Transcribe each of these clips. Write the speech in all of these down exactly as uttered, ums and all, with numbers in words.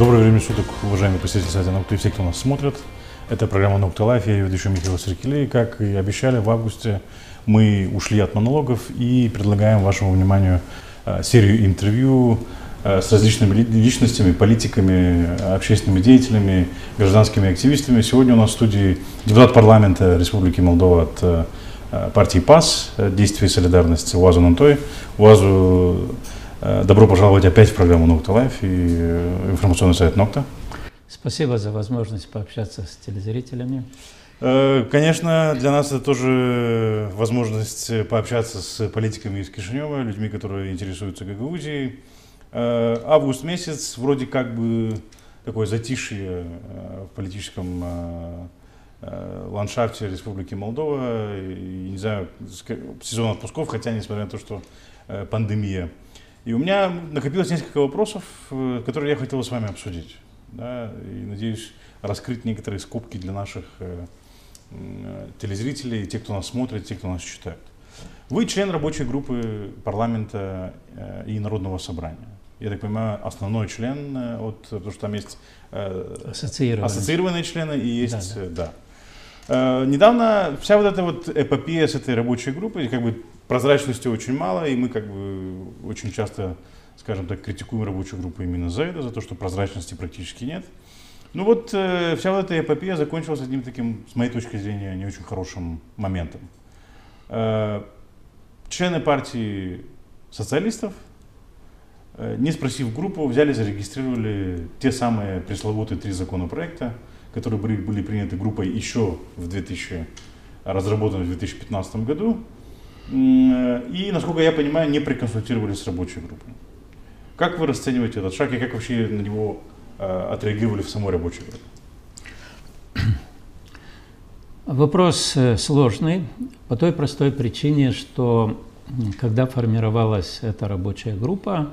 Доброе время суток, уважаемые посетители сайта Наука и все, кто нас смотрит. Это программа Наука Лайф, я ее ведущий Михаил Серкелей. Как и обещали, в августе мы ушли от монологов и предлагаем вашему вниманию э, серию интервью э, с различными личностями, политиками, общественными деятелями, гражданскими активистами. Сегодня у нас в студии депутат парламента Республики Молдова от э, партии ПАС, Действие и солидарность Уазу Нантой. Уазу, добро пожаловать опять в программу Наука Лайф и информационный сайт Нокта. Спасибо за возможность пообщаться с телезрителями. Конечно, для нас это тоже возможность пообщаться с политиками из Кишинева, людьми, которые интересуются Гагаузией. Август месяц, вроде как бы такое затишье в политическом ландшафте Республики Молдова. И, не знаю, сезон отпусков, хотя несмотря на то, что пандемия. И у меня накопилось несколько вопросов, которые я хотел с вами обсудить. Да, и надеюсь раскрыть некоторые скобки для наших э, э, телезрителей, тех, кто нас смотрит, тех, кто нас читает. Вы член рабочей группы парламента э, и Народного собрания. Я так понимаю, основной член, э, от, потому что там есть э, ассоциированные. ассоциированные члены и есть, да. да. Э, да. Э, недавно вся вот эта вот эпопея с этой рабочей группой, как бы прозрачности очень мало, и мы как бы очень часто, скажем так, критикуем рабочую группу именно за это, за то, что прозрачности практически нет. Ну вот э, вся вот эта эпопея закончилась одним таким, с моей точки зрения, не очень хорошим моментом. Э, члены партии социалистов, э, не спросив группу, взяли, зарегистрировали те самые пресловутые три законопроекта, которые были, были приняты группой еще в две тысячи, разработаны в две тысячи пятнадцатом году. И, насколько я понимаю, не проконсультировались с рабочей группой. Как вы расцениваете этот шаг и как вообще на него э, отреагировали в самой рабочей группе? Вопрос сложный по той простой причине, что когда формировалась эта рабочая группа,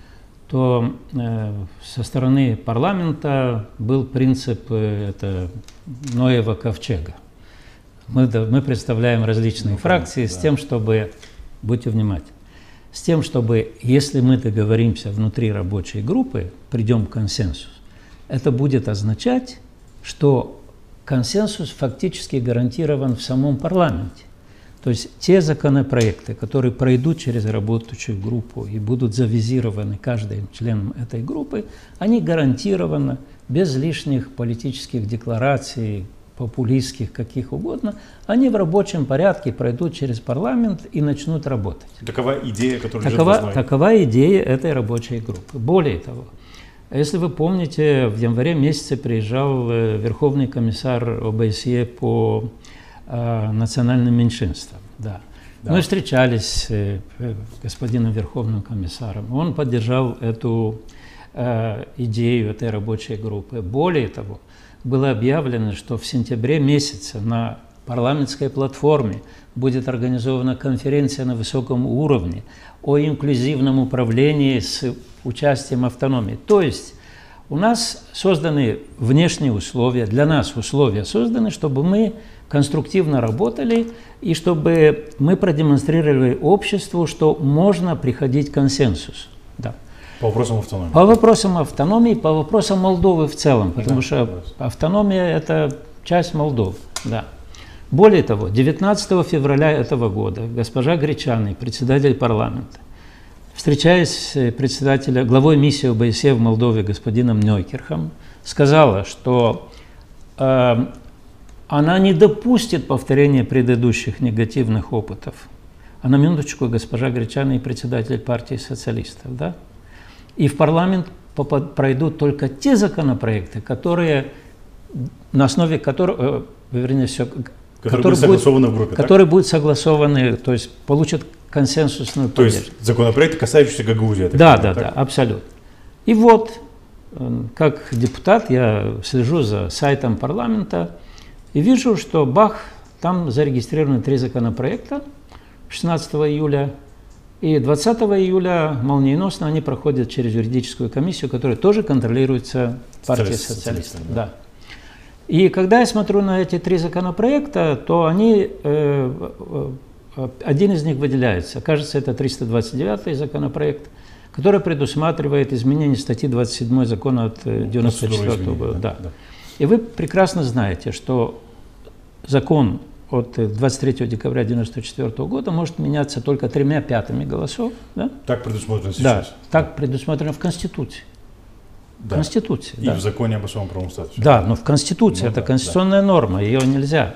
то э, со стороны парламента был принцип э, это, Ноева ковчега. Мы, мы представляем различные ну, фракции да. с тем, чтобы, будьте внимательны, с тем, чтобы, если мы договоримся внутри рабочей группы, придем к консенсусу, это будет означать, что консенсус фактически гарантирован в самом парламенте. То есть те законопроекты, которые пройдут через рабочую группу и будут завизированы каждым членом этой группы, они гарантированно, без лишних политических деклараций, популистских, каких угодно, они в рабочем порядке пройдут через парламент и начнут работать. Такова идея, которая такова, лежит в такова идея этой рабочей группы. Более того, если вы помните, в январе месяце приезжал Верховный комиссар ОБСЕ по э, национальным меньшинствам. Да. Да. Мы встречались с э, господином Верховным комиссаром. Он поддержал эту э, идею этой рабочей группы. Более того, было объявлено, что в сентябре месяце на парламентской платформе будет организована конференция на высоком уровне о инклюзивном управлении с участием автономии. То есть у нас созданы внешние условия, для нас условия созданы, чтобы мы конструктивно работали и чтобы мы продемонстрировали обществу, что можно приходить к консенсусу. Да. По вопросам автономии. По вопросам автономии, по вопросам Молдовы в целом, потому да, что автономия – это часть Молдовы. Да. Более того, девятнадцатого февраля этого года госпожа Гречаный, председатель парламента, встречаясь с председателем, главой миссии ОБСЕ в Молдове господином Нёйкерхом, сказала, что э, она не допустит повторения предыдущих негативных опытов. А на минуточку, госпожа Гречаный, председатель партии социалистов, да? И в парламент пройдут только те законопроекты, которые, на основе которых, э, вернее, все, которые, которые будут согласованы в группе, которые будут согласованы, то есть получат консенсусную то поддержку. То есть законопроекты, касающиеся Гагаузии? Да, да, да, абсолютно. И вот, как депутат, я слежу за сайтом парламента и вижу, что бах, там зарегистрированы три законопроекта шестнадцатого июля. И двадцатого июля молниеносно они проходят через юридическую комиссию, которая тоже контролируется партией социалистов. Да. Да. И когда я смотрю на эти три законопроекта, то они, э, один из них выделяется. Кажется, это триста двадцать девятый законопроект, который предусматривает изменение статьи двадцать седьмой закона от девяносто четвёртого года. Да, да. И вы прекрасно знаете, что закон от двадцать третьего декабря девяносто четвёртого года может меняться только тремя пятыми голосов. Да? Так предусмотрено сейчас? Да, так предусмотрено в Конституции. В да. Конституции. И да. в законе об особом правовом статусе. Да, но в Конституции. Ну, это да, конституционная да. норма, ее нельзя.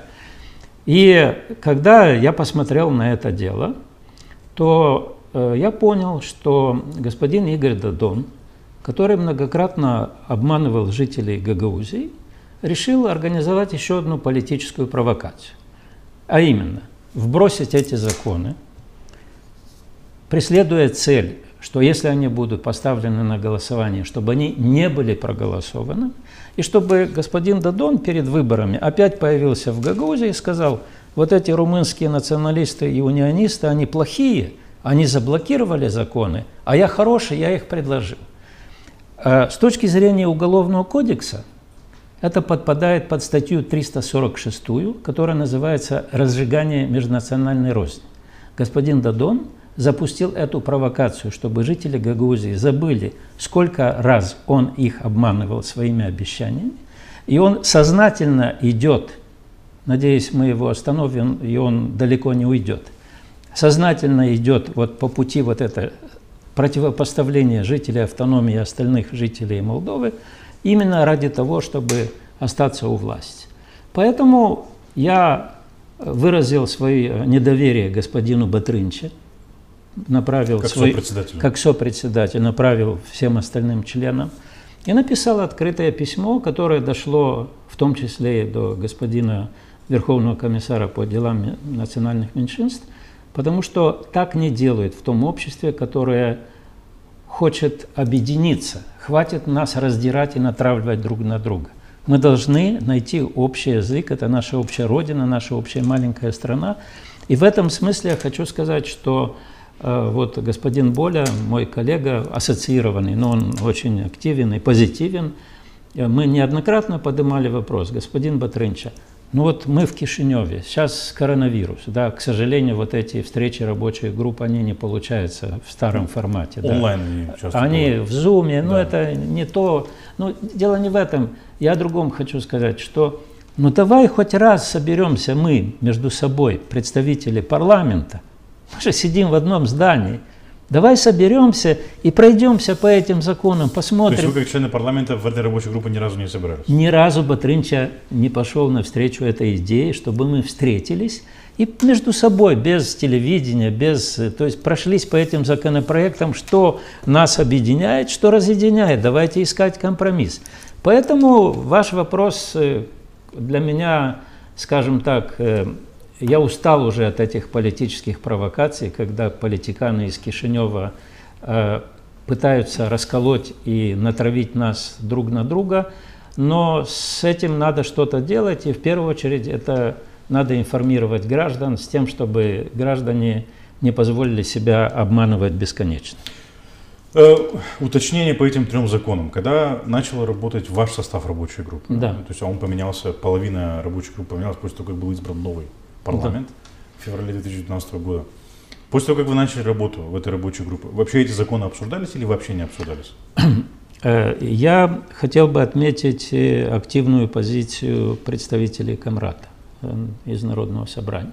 И когда я посмотрел на это дело, то э, я понял, что господин Игорь Дадон, который многократно обманывал жителей Гагаузии, решил организовать еще одну политическую провокацию. А именно, вбросить эти законы, преследуя цель, что если они будут поставлены на голосование, чтобы они не были проголосованы, и чтобы господин Дадон перед выборами опять появился в Гагаузии и сказал, вот эти румынские националисты и унионисты, они плохие, они заблокировали законы, а я хороший, я их предложил. С точки зрения Уголовного кодекса, это подпадает под статью триста сорок шесть, которая называется «Разжигание межнациональной розни». Господин Дадон запустил эту провокацию, чтобы жители Гагаузии забыли, сколько раз он их обманывал своими обещаниями. И он сознательно идет, надеюсь, мы его остановим, и он далеко не уйдет, сознательно идет вот по пути вот это противопоставления жителей автономии и остальных жителей Молдовы, именно ради того, чтобы остаться у власти. Поэтому я выразил свое недоверие господину Батрынче, направил как свой, сопредседатель. как сопредседатель, направил всем остальным членам и написал открытое письмо, которое дошло в том числе и до господина Верховного комиссара по делам национальных меньшинств, потому что так не делают в том обществе, которое хочет объединиться. Хватит нас раздирать и натравливать друг на друга. Мы должны найти общий язык, это наша общая родина, наша общая маленькая страна. И в этом смысле я хочу сказать, что э, вот господин Боля, мой коллега, ассоциированный, но он очень активен и позитивен, мы неоднократно поднимали вопрос, господин Батрынча, ну вот мы в Кишиневе, сейчас коронавирус, да, к сожалению, вот эти встречи рабочих групп, они не получаются в старом формате. Онлайн да. они часто Они бывают. в Зуме, ну да. это не то, ну дело не в этом, я о другом хочу сказать, что ну давай хоть раз соберемся мы между собой, представители парламента, мы же сидим в одном здании, давай соберемся и пройдемся по этим законам, посмотрим. То есть вы, как члены парламента, в этой рабочей группе ни разу не собирались? Ни разу Батрынча не пошел навстречу этой идее, чтобы мы встретились и между собой, без телевидения, без, то есть прошлись по этим законопроектам, что нас объединяет, что разъединяет. Давайте искать компромисс. Поэтому ваш вопрос для меня, скажем так, я устал уже от этих политических провокаций, когда политиканы из Кишинева э, пытаются расколоть и натравить нас друг на друга, но с этим надо что-то делать, и в первую очередь это надо информировать граждан с тем, чтобы граждане не позволили себя обманывать бесконечно. Э, уточнение по этим трем законам. Когда начал работать ваш состав рабочей группы? Да. То есть он поменялся, половина рабочей группы поменялась после того, как был избран новый парламент да. в феврале две тысячи девятнадцатого года. После того, как вы начали работу в этой рабочей группе, вообще эти законы обсуждались или вообще не обсуждались? Я хотел бы отметить активную позицию представителей Камрата из Народного собрания.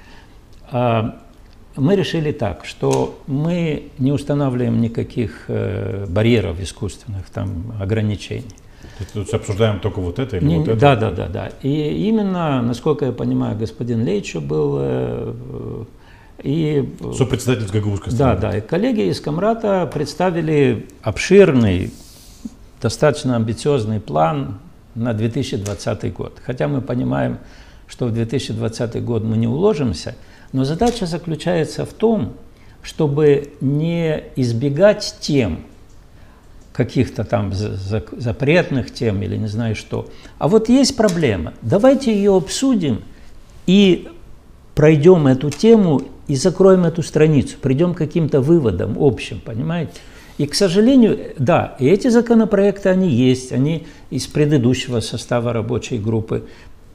Мы решили так, что мы не устанавливаем никаких барьеров искусственных, там, ограничений. То есть обсуждаем только вот это или не, вот это? Да, да, да, да. И именно, насколько я понимаю, господин Лейчо был э, и... Сопредседатель Гагаузской страны. Да, да. И коллеги из Камрата представили обширный, достаточно амбициозный план на две тысячи двадцатый год. Хотя мы понимаем, что в две тысячи двадцатый год мы не уложимся, но задача заключается в том, чтобы не избегать тем, каких-то там запретных тем или не знаю что. А вот есть проблема. Давайте ее обсудим и пройдем эту тему и закроем эту страницу, придем к каким-то выводам общим, понимаете? И, к сожалению, да, и эти законопроекты, они есть, они из предыдущего состава рабочей группы.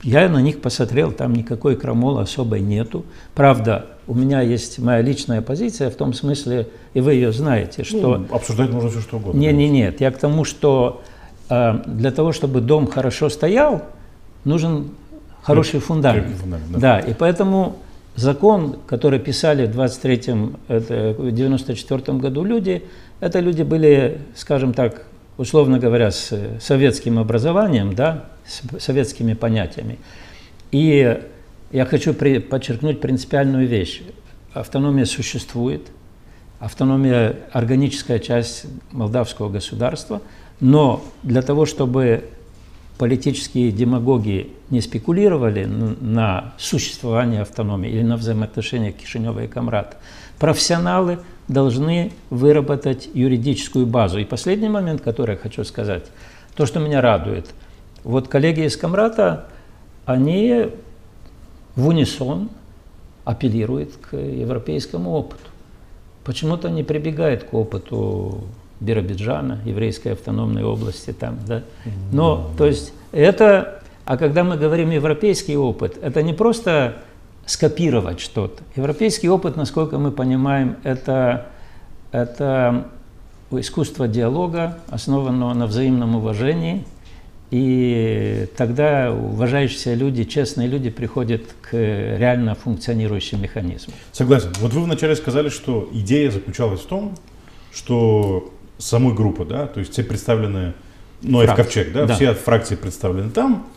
Я на них посмотрел, там никакой крамолы особой нету. Правда, у меня есть моя личная позиция в том смысле, и вы ее знаете, что... Ну, обсуждать можно все что угодно. Не, не, нет. Я к тому, что э, для того, чтобы дом хорошо стоял, нужен хороший фундамент. фундамент да. да, и поэтому закон, который писали в двадцать третьем, в девяносто четвёртом году люди, это люди были, скажем так, условно говоря, с советским образованием, да, с советскими понятиями. И я хочу при, подчеркнуть принципиальную вещь. Автономия существует, автономия – органическая часть молдавского государства, но для того, чтобы политические демагоги не спекулировали на существование автономии или на взаимоотношениях Кишинева и Камрата, профессионалы должны выработать юридическую базу. И последний момент, который я хочу сказать, то, что меня радует. Вот коллеги из Камрата, они в унисон апеллируют к европейскому опыту. Почему-то не прибегают к опыту Биробиджана, еврейской автономной области там, да. Но, то есть, это, а когда мы говорим европейский опыт, это не просто скопировать что-то. Европейский опыт, насколько мы понимаем, это, это искусство диалога, основанного на взаимном уважении. И тогда уважающиеся люди, честные люди приходят к реально функционирующим механизмам. Согласен. Вот вы вначале сказали, что идея заключалась в том, что самой группы, да, то есть все представлены, Ноев Ковчег, да, да, все фракции представлены там,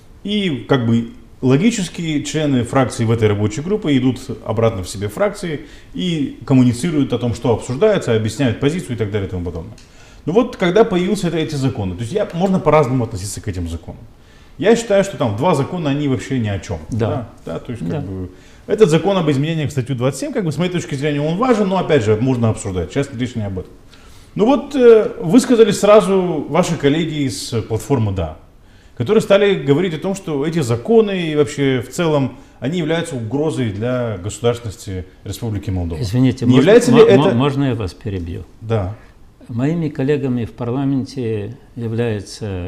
и как бы логически члены фракции в этой рабочей группе идут обратно в себе фракции и коммуницируют о том, что обсуждается, объясняют позицию и так далее и тому подобное. Ну вот, когда появились это, эти законы, то есть я, можно по-разному относиться к этим законам. Я считаю, что там два закона, они вообще ни о чем. Да. Да, да, то есть, как да. бы, этот закон об изменениях в статью двадцать семь, как бы, с моей точки зрения, он важен, но опять же, можно обсуждать. Сейчас речь не об этом. Ну вот, э, высказали сразу ваши коллеги из платформы «Да», которые стали говорить о том, что эти законы и вообще в целом, они являются угрозой для государственности Республики Молдова. Извините, не можно, является ли это... можно я вас перебью? Да. Моими коллегами в парламенте являются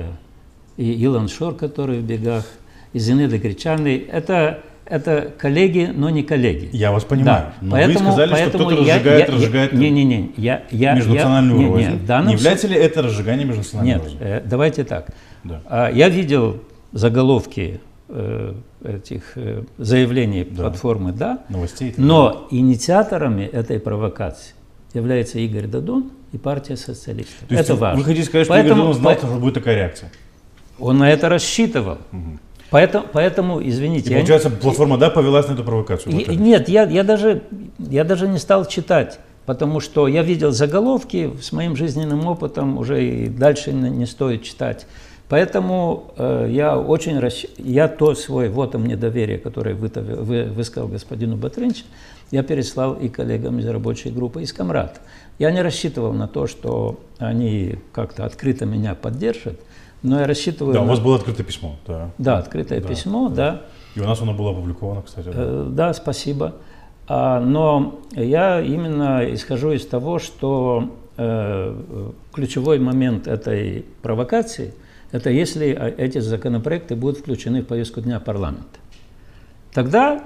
и Илон Шор, который в бегах, и Зинаида Гречаны. Это, это коллеги, но не коллеги. Я вас понимаю. Да. Но поэтому, вы сказали, поэтому что кто-то я, разжигает, я, разжигает не, не, не, я, я, межнациональную я, рознь. Не, не, не является ли это разжигание межнациональной розни? Нет, э, давайте так. Да. Я видел заголовки э, этих э, заявлений да. платформы «Да», новостей, но да. инициаторами этой провокации является Игорь Додон и партия социалистов. То есть это важно. Вы хотите сказать, что поэтому, Игорь Додон знал, по... что будет такая реакция? Он на это рассчитывал. Угу. Поэтому, поэтому, извините. И получается, не... платформа «Да» повелась на эту провокацию? И, нет, я, я, даже, я даже не стал читать, потому что я видел заголовки, с моим жизненным опытом уже и дальше не, не стоит читать. Поэтому э, я очень расщ... я то свой вотум недоверия, который вы, вы, высказал господину Батринчу, я переслал и коллегам из рабочей группы, из Камрата. Я не рассчитывал на то, что они как-то открыто меня поддержат, но я рассчитываю... Да, на... у вас было открытое письмо. Да, да открытое да, письмо, да. да. И у нас оно было опубликовано, кстати. Да, э, да спасибо. А, но я именно исхожу из того, что э, ключевой момент этой провокации – это если эти законопроекты будут включены в повестку дня парламента. Тогда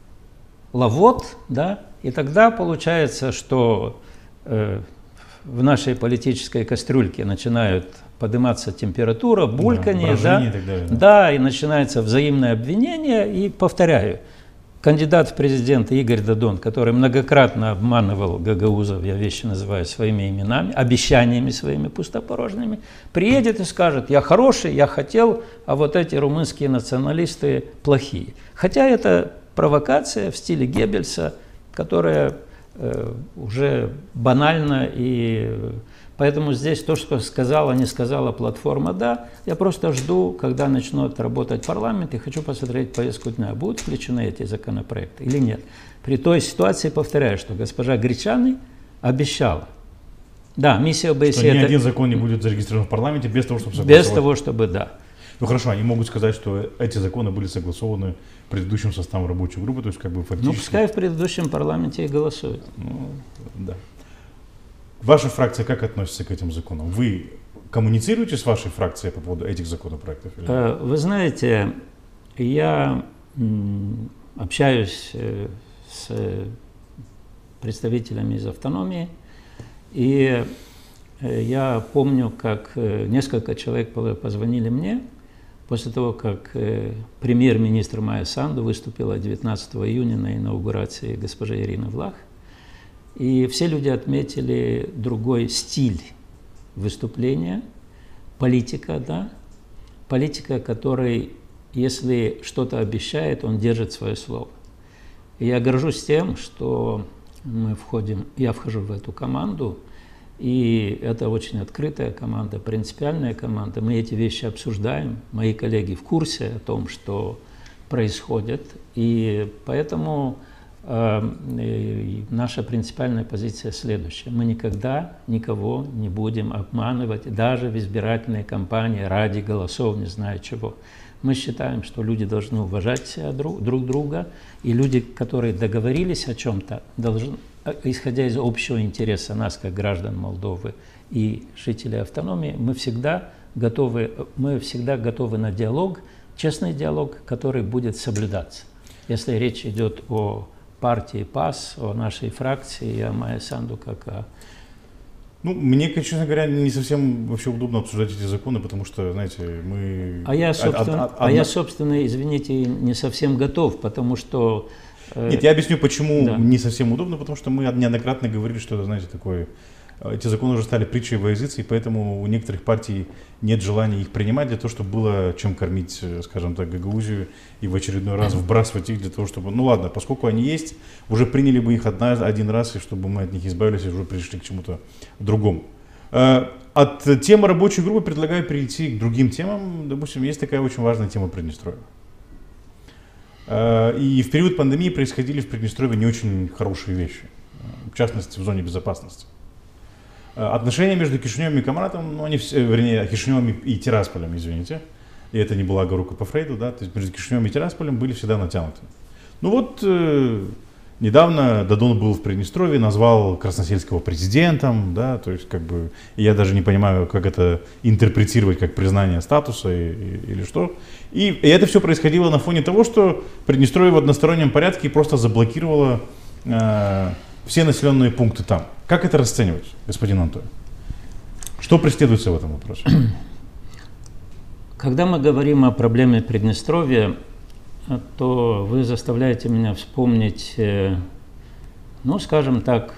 лавот, да, и тогда получается, что э, в нашей политической кастрюльке начинают подниматься температура, бульканье, да, да, и так далее, да. да, и начинается взаимное обвинение. И повторяю, кандидат в президенты Игорь Додон, который многократно обманывал гагаузов, я вещи называю своими именами, обещаниями своими пустопорожними, приедет и скажет: я хороший, я хотел, а вот эти румынские националисты плохие. Хотя это провокация в стиле Геббельса, которая э, уже банальна, и поэтому здесь то, что сказала, не сказала платформа «Да», я просто жду, когда начнет работать парламент, и хочу посмотреть повестку дня, будут включены эти законопроекты или нет. При той ситуации, повторяю, что госпожа Гречаны обещала. Да, миссия ОБСЕ... Что ни один закон не будет зарегистрирован в парламенте без того, чтобы согласовать. Без того, чтобы да. Ну хорошо, они могут сказать, что эти законы были согласованы предыдущим составом рабочей группы, то есть как бы фактически... Ну, пускай в предыдущем парламенте и голосуют. Ну, да. Ваша фракция как относится к этим законам? Вы коммуницируете с вашей фракцией по поводу этих законопроектов? Вы знаете, я общаюсь с представителями из автономии, и я помню, как несколько человек позвонили мне после того, как премьер-министр Майя Санду выступила девятнадцатого июня на инаугурации госпожи Ирины Влах. И все люди отметили другой стиль выступления, политика, да, политика, который, если что-то обещает, он держит свое слово. И я горжусь тем, что мы входим, я вхожу в эту команду, и это очень открытая команда, принципиальная команда. Мы эти вещи обсуждаем, мои коллеги в курсе о том, что происходит, и поэтому э, наша принципиальная позиция следующая. Мы никогда никого не будем обманывать, даже в избирательной кампании ради голосов, не знаю чего. Мы считаем, что люди должны уважать себя друг, друг друга, и люди, которые договорились о чем-то, должны, исходя из общего интереса нас, как граждан Молдовы и жителей автономии, мы всегда готовы, мы всегда готовы на диалог, честный диалог, который будет соблюдаться. Если речь идет о партии ПАС, о нашей фракции, о Майе Санду как о... Ну, мне, честно говоря, не совсем вообще удобно обсуждать эти законы, потому что, знаете, мы... А я, собственно, а, а, а я, собственно извините, не совсем готов, потому что... Э... Нет, я объясню, почему да. не совсем удобно, потому что мы неоднократно говорили, что это, знаете, такое... Эти законы уже стали притчей во языце, и поэтому у некоторых партий нет желания их принимать для того, чтобы было чем кормить, скажем так, Гагаузию и в очередной раз вбрасывать их для того, чтобы, ну ладно, поскольку они есть, уже приняли бы их одна, один раз, и чтобы мы от них избавились и уже пришли к чему-то другому. От темы рабочей группы предлагаю перейти к другим темам. Допустим, есть такая очень важная тема Приднестровья. И в период пандемии происходили в Приднестровье не очень хорошие вещи, в частности в зоне безопасности. Отношения между Кишиневым и Комаратом, ну, они, вернее, Кишиневым и Тирасполем, извините, и это не была оговорка по Фрейду, да, то есть между Кишиневым и Тирасполем были всегда натянуты. Ну вот, э, недавно Додон был в Приднестровье, назвал Красносельского президентом, да, то есть как бы, я даже не понимаю, как это интерпретировать как признание статуса и, и, или что. И, и это все происходило на фоне того, что Приднестровье в одностороннем порядке просто заблокировало э, все населенные пункты там. Как это расценивать, господин Антон? Что преследуется в этом вопросе? Когда мы говорим о проблеме Приднестровья, то вы заставляете меня вспомнить, ну, скажем так,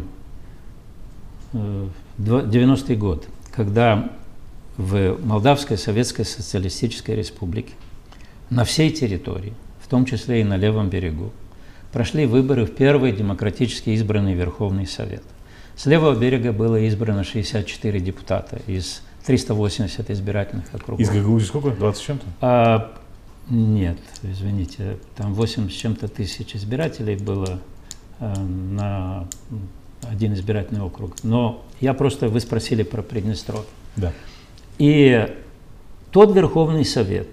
девяностый год, когда в Молдавской Советской Социалистической Республике на всей территории, в том числе и на левом берегу, прошли выборы в первый демократически избранный Верховный Совет. С левого берега было избрано шестьдесят четыре депутата из триста восьмидесяти избирательных округов. Из Гагаузии сколько? двадцать с чем-то? А, нет, извините, там восемь с чем-то тысяч избирателей было а, на один избирательный округ. Но я просто, вы спросили про Приднестровье. Да. И тот Верховный Совет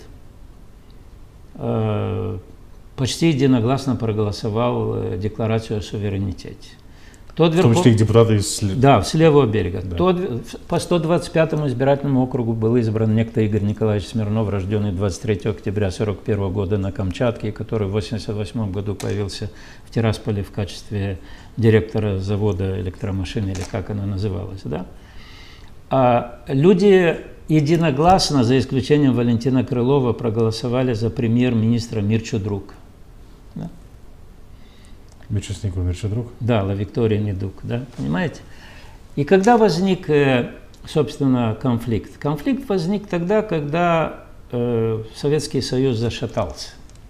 а, почти единогласно проголосовал декларацию о суверенитете. Тот в том верхов... числе и депутаты из... Да, с левого берега. Да. Тот, по сто двадцать пятому избирательному округу был избран некто Игорь Николаевич Смирнов, рожденный двадцать третьего октября сорок первого года на Камчатке, который в восемьдесят восьмом году появился в Тирасполе в качестве директора завода электромашин, или как она называлась. Да? А люди единогласно, за исключением Валентина Крылова, проголосовали за премьер-министра Мирчо-Друк. Да? Мирчо-Сников, Мирчо-Друк? Да, Ла Виктория Недук, да, понимаете? И когда возник, собственно, конфликт? Конфликт возник тогда, когда э, Советский Союз зашатался.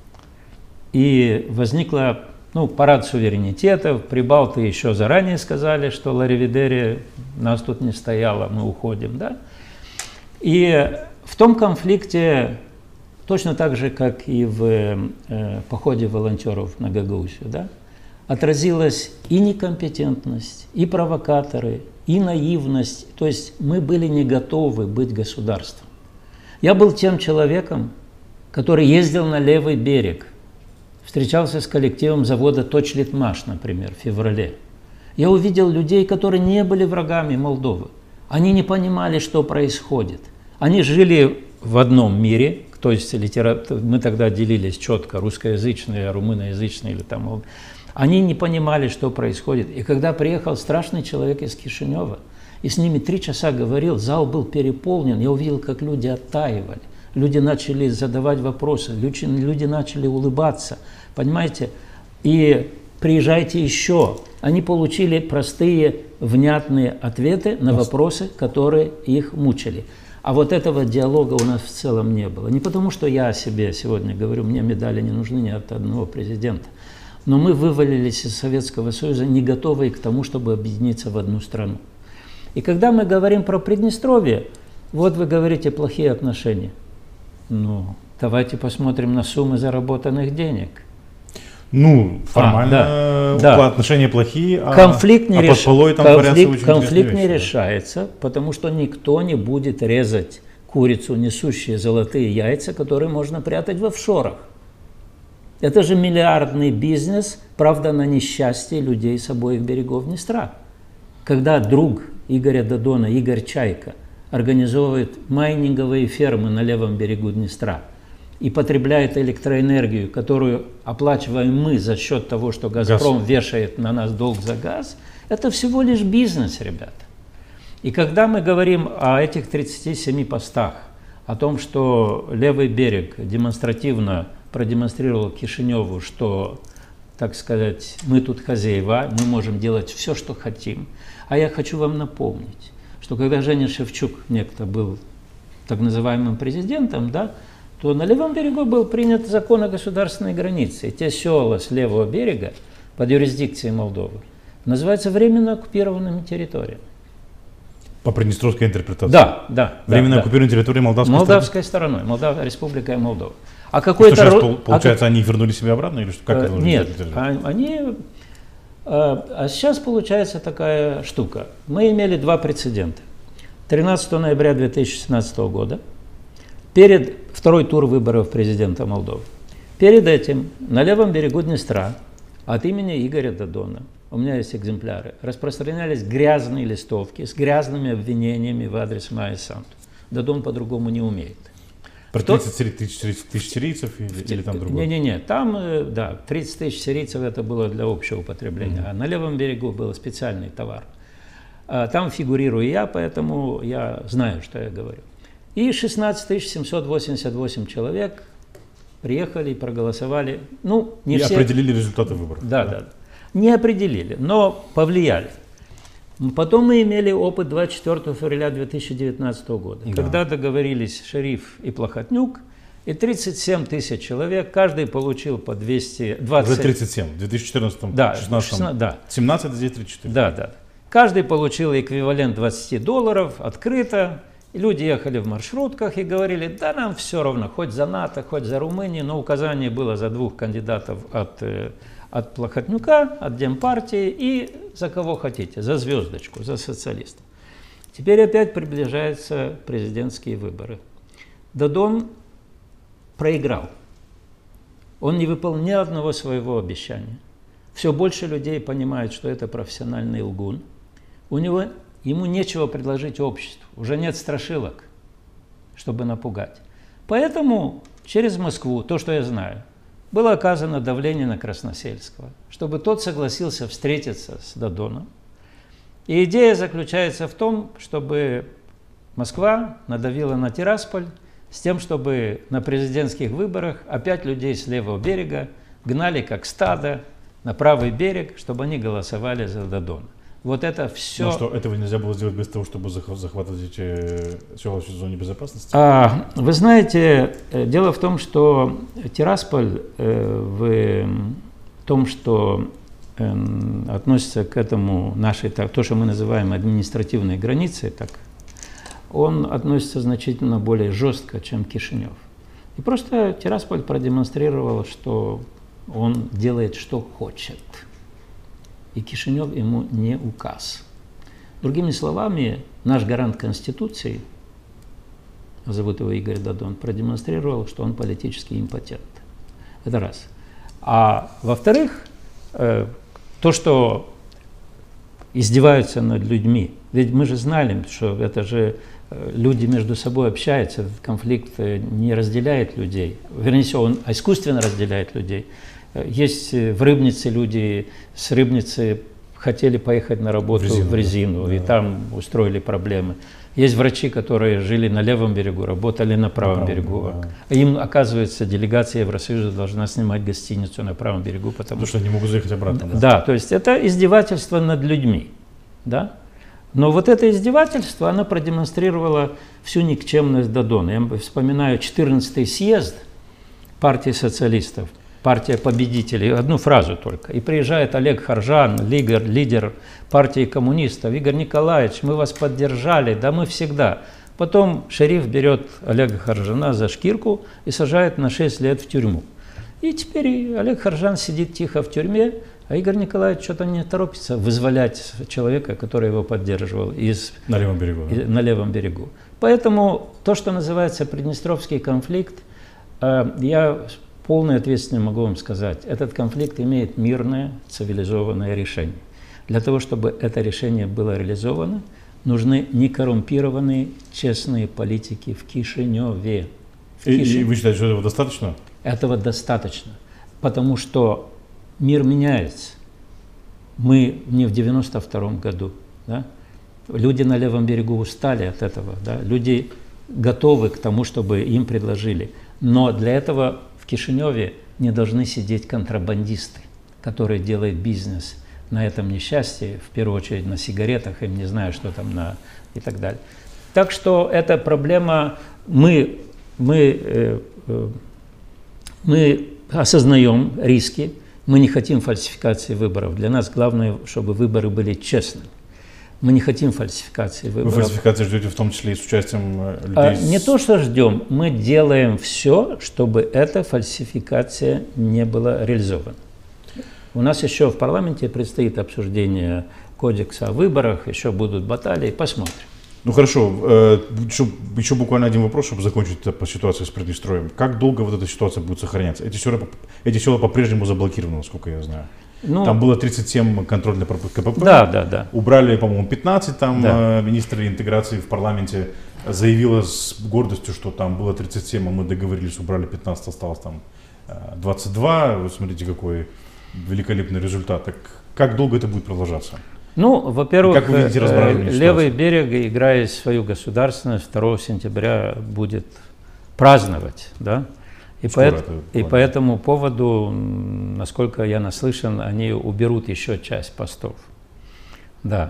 И возникла, ну, парад суверенитетов, прибалты еще заранее сказали, что ларивидери, нас тут не стояло, мы уходим, да? И в том конфликте, точно так же, как и в э, походе волонтеров на Гагаузию, да, отразилась и некомпетентность, и провокаторы, и наивность. То есть мы были не готовы быть государством. Я был тем человеком, который ездил на левый берег, встречался с коллективом завода «Точлитмаш», например, в феврале. Я увидел людей, которые не были врагами Молдовы. Они не понимали, что происходит. Они жили в одном мире, то есть литература, мы тогда делились четко, русскоязычные, румыноязычные или там, они не понимали, что происходит. И когда приехал страшный человек из Кишинева, и с ними три часа говорил, зал был переполнен, я увидел, как люди оттаивали. Люди начали задавать вопросы, люди, люди начали улыбаться, понимаете? И приезжайте еще. Они получили простые, внятные ответы на вопросы, которые их мучили. А вот этого диалога у нас в целом не было. Не потому, что я о себе сегодня говорю, мне медали не нужны ни от одного президента. Но мы вывалились из Советского Союза не готовые к тому, чтобы объединиться в одну страну. И когда мы говорим про Приднестровье, вот вы говорите плохие отношения. Ну, давайте посмотрим на суммы заработанных денег. Ну, формально а, да, да. отношения плохие, а, конфликт не, а реш... под там конфликт, конфликт не вещи, решается, потому что никто не будет резать курицу, несущие золотые яйца, которые можно прятать в офшорах. Это же миллиардный бизнес, правда, на несчастье людей с обоих берегов Днестра. Когда друг Игоря Додона, Игорь Чайка, организовывает майнинговые фермы на левом берегу Днестра и потребляет электроэнергию, которую оплачиваем мы за счет того, что «Газпром» газ. вешает на нас долг за газ, это всего лишь бизнес, ребята. И когда мы говорим о этих тридцати семи постах, о том, что левый берег демонстративно продемонстрировал Кишиневу, что, так сказать, мы тут хозяева, мы можем делать все, что хотим. А я хочу вам напомнить, что когда Женя Шевчук некто был так называемым президентом, да, то на левом берегу был принят закон о государственной границе. И те села с левого берега под юрисдикцией Молдовы называются временно оккупированными территориями. По приднестровской интерпретации? Да, да. Временно да, оккупированной да. территории Молдавской, Молдавской стороной? стороной, Молдав... Республика Молдова. А какой-то... Что сейчас, получается, а... они вернули себе обратно? Или что? Как а, это нет, а, они... А, а сейчас получается такая штука. Мы имели два прецедента. тринадцатого ноября две тысячи шестнадцатого года, перед второй тур выборов президента Молдовы. Перед этим на левом берегу Днестра от имени Игоря Додона, у меня есть экземпляры, распространялись грязные листовки с грязными обвинениями в адрес Майи Санду. Додон по-другому не умеет. Про тридцать тысяч сирийцев или, или там другое? Не-не-не, там, да, тридцать тысяч сирийцев это было для общего употребления, mm-hmm. а на левом берегу был специальный товар. Там фигурирую я, поэтому я знаю, что я говорю. И шестнадцать тысяч семьсот восемьдесят восемь человек приехали и проголосовали. Ну, не и все... определили результаты выборов. Да, да, да. Не определили, но повлияли. Потом мы имели опыт двадцать четвёртого февраля две тысячи девятнадцатого года, да. когда договорились Шериф и Плохотнюк, и тридцать семь тысяч человек, каждый получил по двести двадцать... Уже тридцать семь, в две тысячи четырнадцатом, да, шестнадцатом, да. семнадцать, здесь тридцать четыре. Да, да. Каждый получил эквивалент двадцати долларов, открыто. И люди ехали в маршрутках и говорили, да нам все равно, хоть за НАТО, хоть за Румынию, но указание было за двух кандидатов от, от Плохотнюка, от Демпартии и за кого хотите, за звездочку, за социалистов. Теперь опять приближаются президентские выборы. Додон проиграл. Он не выполнил ни одного своего обещания. Все больше людей понимают, что это профессиональный лгун. У него... Ему нечего предложить обществу, уже нет страшилок, чтобы напугать. Поэтому через Москву, то, что я знаю, было оказано давление на Красносельского, чтобы тот согласился встретиться с Додоном. И идея заключается в том, чтобы Москва надавила на Тирасполь с тем, чтобы на президентских выборах опять людей с левого берега гнали как стадо на правый берег, чтобы они голосовали за Додона. Вот это все... Но что, этого нельзя было сделать без того, чтобы захватывать села в зоне безопасности? А, вы знаете, дело в том, что Тирасполь э, в том, что э, относится к этому нашей, так, то, что мы называем административной границей, так, он относится значительно более жестко, чем Кишинев. И просто Тирасполь продемонстрировал, что он делает, что хочет. И Кишинев ему не указ. Другими словами, наш гарант Конституции, зовут его Игорь Додон, продемонстрировал, что он политический импотент. Это раз. А во-вторых, то, что издеваются над людьми. Ведь мы же знали, что это же люди между собой общаются, этот конфликт не разделяет людей. Вернее, он искусственно разделяет людей. Есть в Рыбнице люди с Рыбницы хотели поехать на работу в резину, в резину да. и там устроили проблемы. Есть врачи, которые жили на левом берегу, работали на правом на берегу. Да. Им, оказывается, делегация Евросоюза должна снимать гостиницу на правом берегу. Потому, потому что они могут заехать обратно. Да? да, то есть это издевательство над людьми. Да? Но вот это издевательство, оно продемонстрировало всю никчемность Додона. Я вспоминаю четырнадцатый съезд партии социалистов, партия победителей, одну фразу только. И приезжает Олег Харжан, лидер, лидер партии коммунистов. Игорь Николаевич, мы вас поддержали, да мы всегда. Потом шериф берет Олега Харжана за шкирку и сажает на шесть лет в тюрьму. И теперь Олег Харжан сидит тихо в тюрьме, а Игорь Николаевич что-то не торопится вызволять человека, который его поддерживал из, на левом берегу. Да? Из, на левом берегу. Поэтому то, что называется Приднестровский конфликт, я полной ответственностью могу вам сказать, этот конфликт имеет мирное, цивилизованное решение. Для того, чтобы это решение было реализовано, нужны некоррумпированные, честные политики в Кишиневе. В и, Киши... и вы считаете, что этого достаточно? Этого достаточно, потому что мир меняется. Мы не в девяносто втором году. Да? Люди на левом берегу устали от этого. Да? Люди готовы к тому, чтобы им предложили. Но для этого в Кишиневе не должны сидеть контрабандисты, которые делают бизнес на этом несчастье, в первую очередь на сигаретах, им не знаю, что там на и так далее. Так что эта проблема, мы, мы, э, э, мы осознаем риски, мы не хотим фальсификации выборов. Для нас главное, чтобы выборы были честными. Мы не хотим фальсификации выборов. Вы фальсификации ждете в том числе и с участием людей? А, не то, что ждем, мы делаем все, чтобы эта фальсификация не была реализована. У нас еще в парламенте предстоит обсуждение кодекса о выборах, еще будут баталии, посмотрим. Ну хорошо, еще, еще буквально один вопрос, чтобы закончить по ситуации с Приднестровьем. Как долго вот эта ситуация будет сохраняться? Эти села, эти села по-прежнему заблокированы, насколько я знаю. Ну, там было тридцать семь контрольных пропусков КПП. Да, да, да. Убрали, по-моему, пятнадцать. Там да. министр интеграции в парламенте заявила с гордостью, что там было тридцать семь, а мы договорились, убрали пятнадцать, осталось там двадцать два. Вот смотрите, какой великолепный результат. Так как долго это будет продолжаться? Ну, во-первых, левый берег, играя свою государственность, второго сентября будет праздновать, да? И, по, и по этому поводу, насколько я наслышан, они уберут еще часть постов. Да.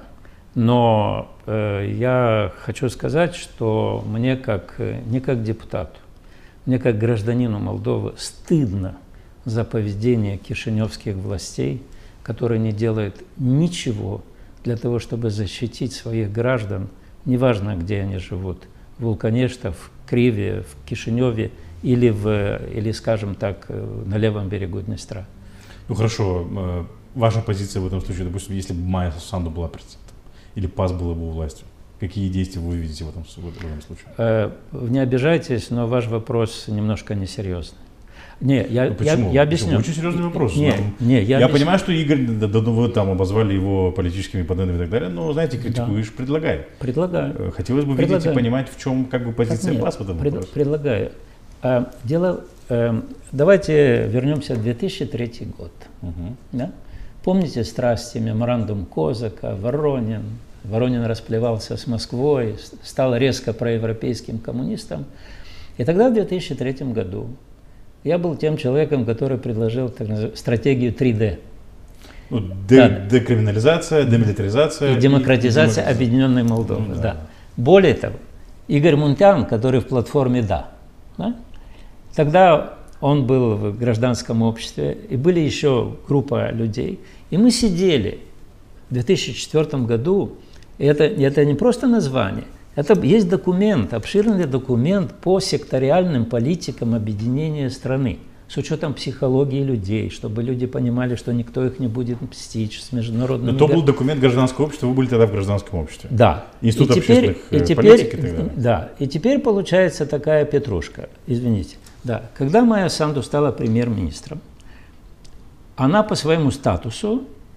Но э, я хочу сказать, что мне как, не как депутату, мне как гражданину Молдовы стыдно за поведение кишиневских властей, которые не делают ничего для того, чтобы защитить своих граждан, неважно, где они живут, в Вулканеште, в Криве, в Кишиневе, или, в, или, скажем так, на левом берегу Днестра. Ну хорошо, ваша позиция в этом случае, допустим, если бы Майя Санду была президентом, или ПАС было бы у власти, какие действия вы видите в этом, в этом случае? Не обижайтесь, но ваш вопрос немножко несерьезный. Не, я, ну, почему? я, я объясню. Очень серьезный вопрос. Не, не, я я понимаю, что Игорь, да, да, вы там обозвали его политическими оппонентами и так далее, но, знаете, критикуешь, да. предлагай. Предлагаю. Хотелось бы видеть и понимать, в чем как бы позиция ПАС в этом пред, вопросе. Предлагаю. Дело, давайте вернемся в две тысячи третий год. Угу. Да? Помните страсти, меморандум Козака, Воронин? Воронин расплевался с Москвой, стал резко проевропейским коммунистом. И тогда, в две тысячи третьем году, я был тем человеком, который предложил так называемую стратегию три дэ. Ну, де, да. Декриминализация, демилитаризация. И демократизация и объединенной Молдовы. Ну, да. Да. Более того, Игорь Мунтян, который в платформе «Да». да? Тогда он был в гражданском обществе, и были еще группа людей. И мы сидели в две тысячи четвёртом году, и это, это не просто название, это есть документ, обширный документ по секториальным политикам объединения страны, с учетом психологии людей, чтобы люди понимали, что никто их не будет мстить с международным... Но то был документ гражданского общества, вы были тогда в гражданском обществе. Да. Институт и теперь, общественных и теперь, политик и так далее. Да. И теперь получается такая петрушка, извините. Да. Когда Майя Санду стала премьер-министром, она по своему статусу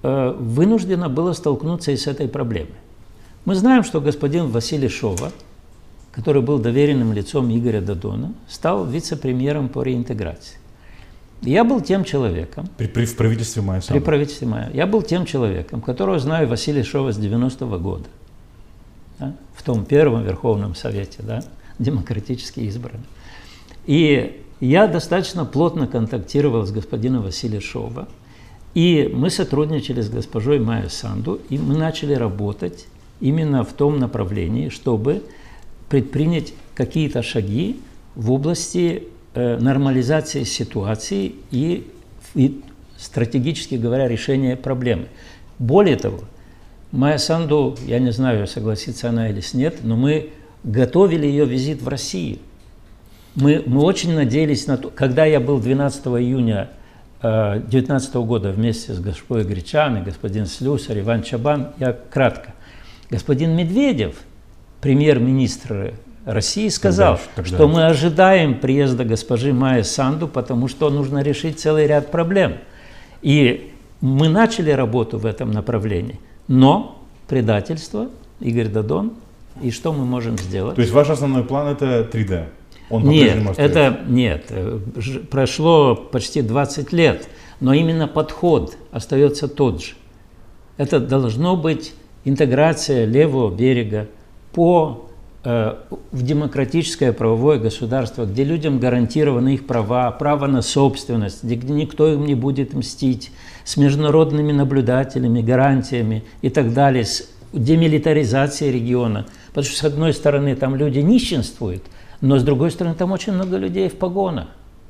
э, вынуждено было столкнуться и с этой проблемой. Мы знаем, что господин Василий Шова, который был доверенным лицом Игоря Додона, стал вице-премьером по реинтеграции. Я был тем человеком... При, при, в правительстве Майя Санду. При правительстве Майя. Я был тем человеком, которого знаю Василия Шова с девяностого года. Да, в том первом Верховном Совете, да, демократически избранном. И я достаточно плотно контактировал с господином Василием Шова. И мы сотрудничали с госпожой Майей Санду, и мы начали работать именно в том направлении, чтобы предпринять какие-то шаги в области э, нормализации ситуации и, и, стратегически говоря, решения проблемы. Более того, Майя Санду, я не знаю, согласится она или нет, но мы готовили ее визит в Россию. Мы, мы очень надеялись на то, когда я был двенадцатого июня две тысячи девятнадцатого года вместе с госпожой Гречан и господин Слюсарь, Иван Чабан, я кратко. Господин Медведев, премьер-министр России, сказал, тогда, тогда. что мы ожидаем приезда госпожи Майи Санду, потому что нужно решить целый ряд проблем. И мы начали работу в этом направлении. Но предательство, Игорь Додон, и что мы можем сделать? То есть ваш основной план – это три дэ? Он нет, это, нет, прошло почти двадцать лет, но именно подход остается тот же. Это должно быть интеграция левого берега по, э, в демократическое правовое государство, где людям гарантированы их права, право на собственность, где никто им не будет мстить, с международными наблюдателями, гарантиями и так далее, с демилитаризацией региона. Потому что, с одной стороны, там люди нищенствуют, но, с другой стороны, там очень много людей в погонах.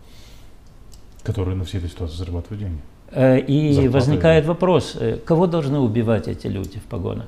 Которые на всей этой ситуации зарабатывают деньги. И Зарплаты. Возникает вопрос, кого должны убивать эти люди в погонах?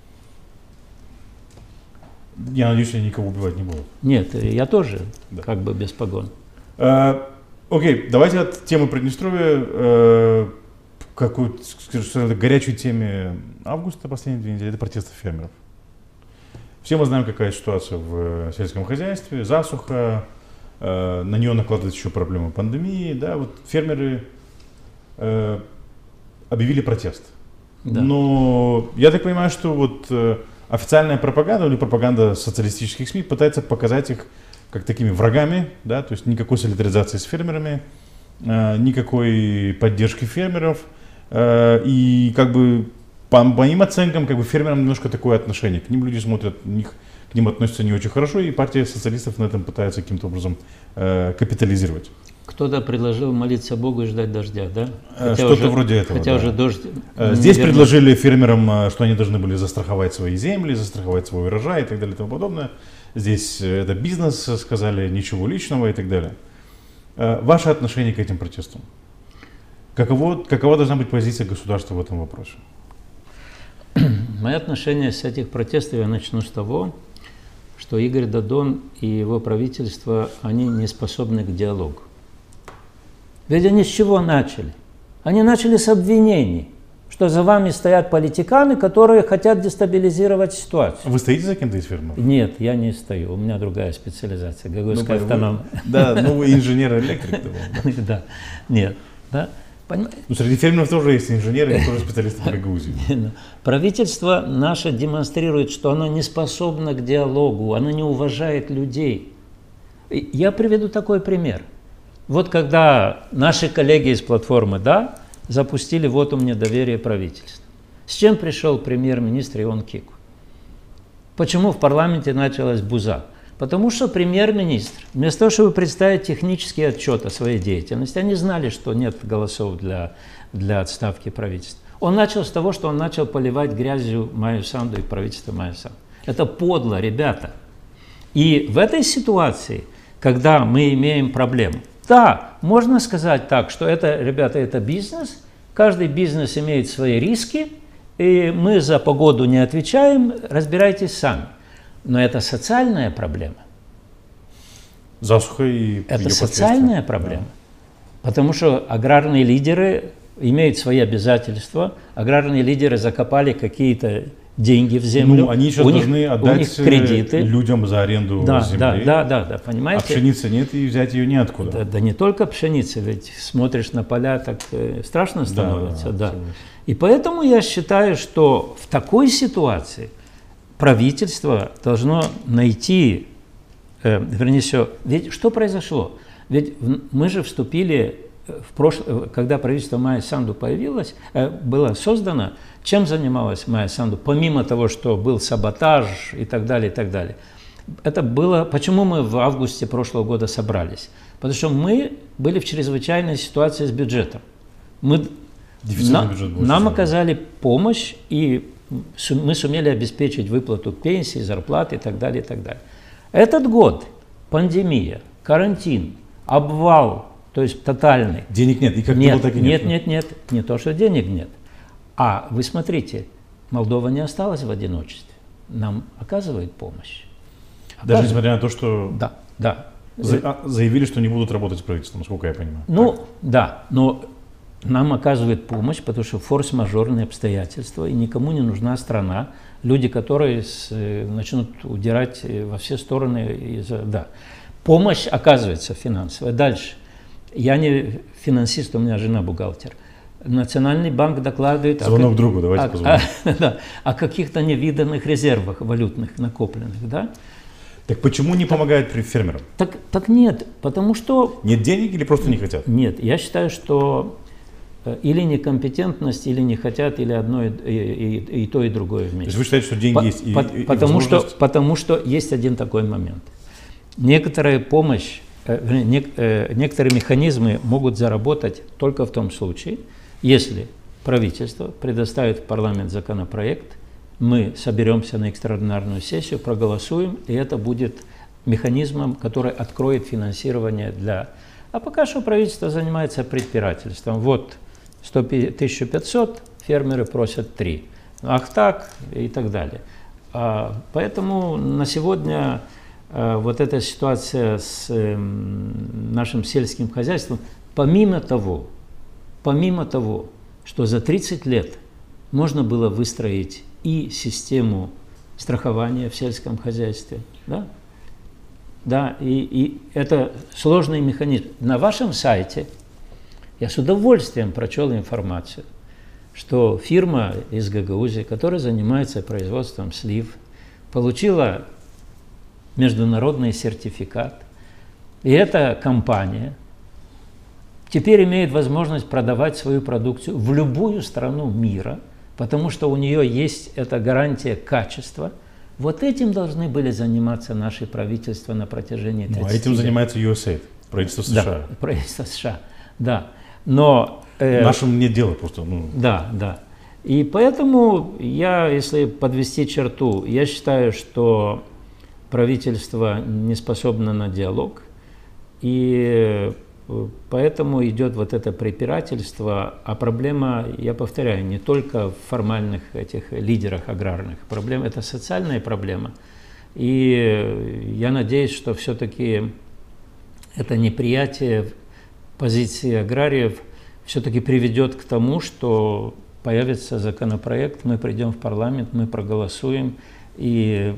Я надеюсь, они никого убивать не будут. Нет, я тоже да. как бы без погон. А, окей, давайте от темы Приднестровья э, какую-то горячей теме августа, последние две недели, это протесты фермеров. Все мы знаем, какая ситуация в сельском хозяйстве, засуха, э, на нее накладывается еще проблема пандемии. Да, вот фермеры э, объявили протест. Да. Но я так понимаю, что вот э, официальная пропаганда или пропаганда социалистических СМИ пытается показать их как такими врагами, да, то есть никакой солидаризации с фермерами, э, никакой поддержки фермеров. Э, и как бы по моим оценкам, как бы фермерам немножко такое отношение. К ним люди смотрят, у них, к ним относятся не очень хорошо, и партия социалистов на этом пытается каким-то образом э, капитализировать. Кто-то предложил молиться Богу и ждать дождя, да? Что-то вроде этого. Хотя да. уже дождь. Здесь вернется. Предложили фермерам, что они должны были застраховать свои земли, застраховать свой урожай и так далее и тому подобное. Здесь это бизнес, сказали, ничего личного и так далее. Ваше отношение к этим протестам? Каково, какова должна быть позиция государства в этом вопросе? Мое отношение с этих протестов, я начну с того, что Игорь Додон и его правительство, они не способны к диалогу. Ведь они с чего начали? Они начали с обвинений, что за вами стоят политиканы, которые хотят дестабилизировать ситуацию. Вы стоите за кем-то из фермеров? Нет, я не стою, у меня другая специализация, Гагойская ну, автономия. Да, ну вы инженер-электрик. Да, нет, да. Ну, среди фермеров тоже есть инженеры, тоже специалисты по Гагаузии. Правительство наше демонстрирует, что оно не способно к диалогу, оно не уважает людей. Я приведу такой пример. Вот когда наши коллеги из платформы «Да» запустили вотум недоверия правительству. С чем пришел премьер-министр Ион Кику? Почему в парламенте началась буза? Потому что премьер-министр, вместо того, чтобы представить технический отчет о своей деятельности, они знали, что нет голосов для, для отставки правительства. Он начал с того, что он начал поливать грязью Майю Санду и правительство Майи Санду. Это подло, ребята. И в этой ситуации, когда мы имеем проблему, да, можно сказать так, что это, ребята, это бизнес, каждый бизнес имеет свои риски, и мы за погоду не отвечаем, разбирайтесь сами. Но это социальная проблема. Засуха и это социальная проблема. Да. Потому что аграрные лидеры имеют свои обязательства, аграрные лидеры закопали какие-то деньги в землю. Ну, они сейчас у должны них, отдать у них кредиты. людям за аренду да, земли. Да, да, да, да, понимаете? А пшеницы нет, и взять ее неоткуда. Да, да не только пшеница, ведь смотришь на поля, так э, страшно становится. Да, да. И поэтому я считаю, что в такой ситуации правительство должно найти, э, вернее всего, ведь что произошло? Ведь мы же вступили, в прошлое, когда правительство Майя Санду появилось, э, было создано, чем занималась Майя Санду, помимо того, что был саботаж и так далее, и так далее. Это было, почему мы в августе прошлого года собрались? Потому что мы были в чрезвычайной ситуации с бюджетом. Мы, на, бюджет нам оказали помощь, и мы сумели обеспечить выплату пенсий, зарплат и так далее, и так далее. Этот год, пандемия, карантин, обвал, то есть тотальный. Денег нет, и как нет, было, так и нет. Нет, нет, нет, не то, что денег нет. А вы смотрите, Молдова не осталась в одиночестве. Нам оказывает помощь. Даже несмотря на то, что да, да. За, заявили, что не будут работать с правительством, насколько я понимаю. Ну, так? да, но нам оказывает помощь, потому что форс-мажорные обстоятельства, и никому не нужна страна, люди, которые с, начнут удирать во все стороны. Из, да. Помощь оказывается финансовая. Дальше. Я не финансист, у меня жена бухгалтер. Национальный банк докладывает Звонок о, другу, давайте о, позвоним. О, да, о каких-то невиданных резервах валютных накопленных. Да? Так почему не так, помогают фермерам? Так, так нет, потому что… Нет денег или просто не хотят? Нет, я считаю, что или некомпетентность, или не хотят, или одно и, и, и, и то, и другое вместе. То есть вы считаете, что деньги по, есть и, по, и потому возможность? что, потому что есть один такой момент. Некоторая помощь, э, не, э, некоторые механизмы могут заработать только в том случае, если правительство предоставит в парламент законопроект, мы соберемся на экстраординарную сессию, проголосуем, и это будет механизмом, который откроет финансирование для… А пока что правительство занимается предпирательством. Вот тысяча пятьсот, фермеры просят три. Ах так, и так далее. А, поэтому на сегодня а, вот эта ситуация с э, нашим сельским хозяйством, помимо того, помимо того, что за тридцать лет можно было выстроить и систему страхования в сельском хозяйстве, да, да, и, и это сложный механизм. На вашем сайте я с удовольствием прочел информацию, что фирма из Гагаузии, которая занимается производством слив, получила международный сертификат, и эта компания теперь имеет возможность продавать свою продукцию в любую страну мира, потому что у нее есть эта гарантия качества. Вот этим должны были заниматься наши правительства на протяжении тридцати лет. Ну, а этим занимается ю эс эй ай, правительство США. Да, правительство США, да. Но… Э, Нашим нет дела просто. Ну. Да, да. И поэтому я, если подвести черту, я считаю, что правительство не способно на диалог, и поэтому идет вот это препирательство, а проблема, я повторяю, не только в формальных этих лидерах аграрных, проблема, это социальная проблема. И я надеюсь, что все-таки это неприятие позиции аграриев все-таки приведет к тому, что появится законопроект, мы придем в парламент, мы проголосуем и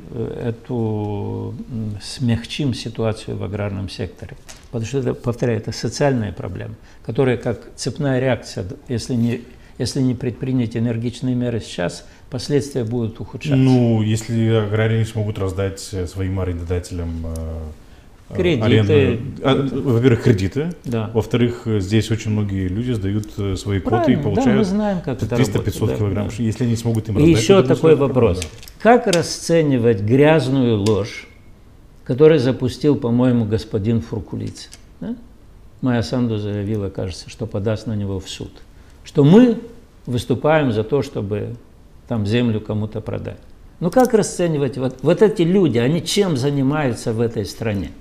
эту смягчим ситуацию в аграрном секторе. Потому что, это, повторяю, это социальная проблема, которая как цепная реакция, если не, если не предпринять энергичные меры сейчас, последствия будут ухудшаться. Ну, если аграрии не смогут раздать своим арендодателям кредиты. Аренду, во-первых, кредиты, да. Во-вторых, здесь очень многие люди сдают свои Правильно, квоты и получают да, мы знаем, как триста-пятьсот да, килограмм. Да. Если они смогут им и раздать… еще такой проблема, вопрос. да. Как расценивать грязную ложь, которую запустил, по-моему, господин Фуркулиц? Да? Майя Санду заявила, кажется, что подаст на него в суд. Что мы выступаем за то, чтобы там землю кому-то продать. Ну как расценивать вот, вот эти люди, они чем занимаются в этой стране?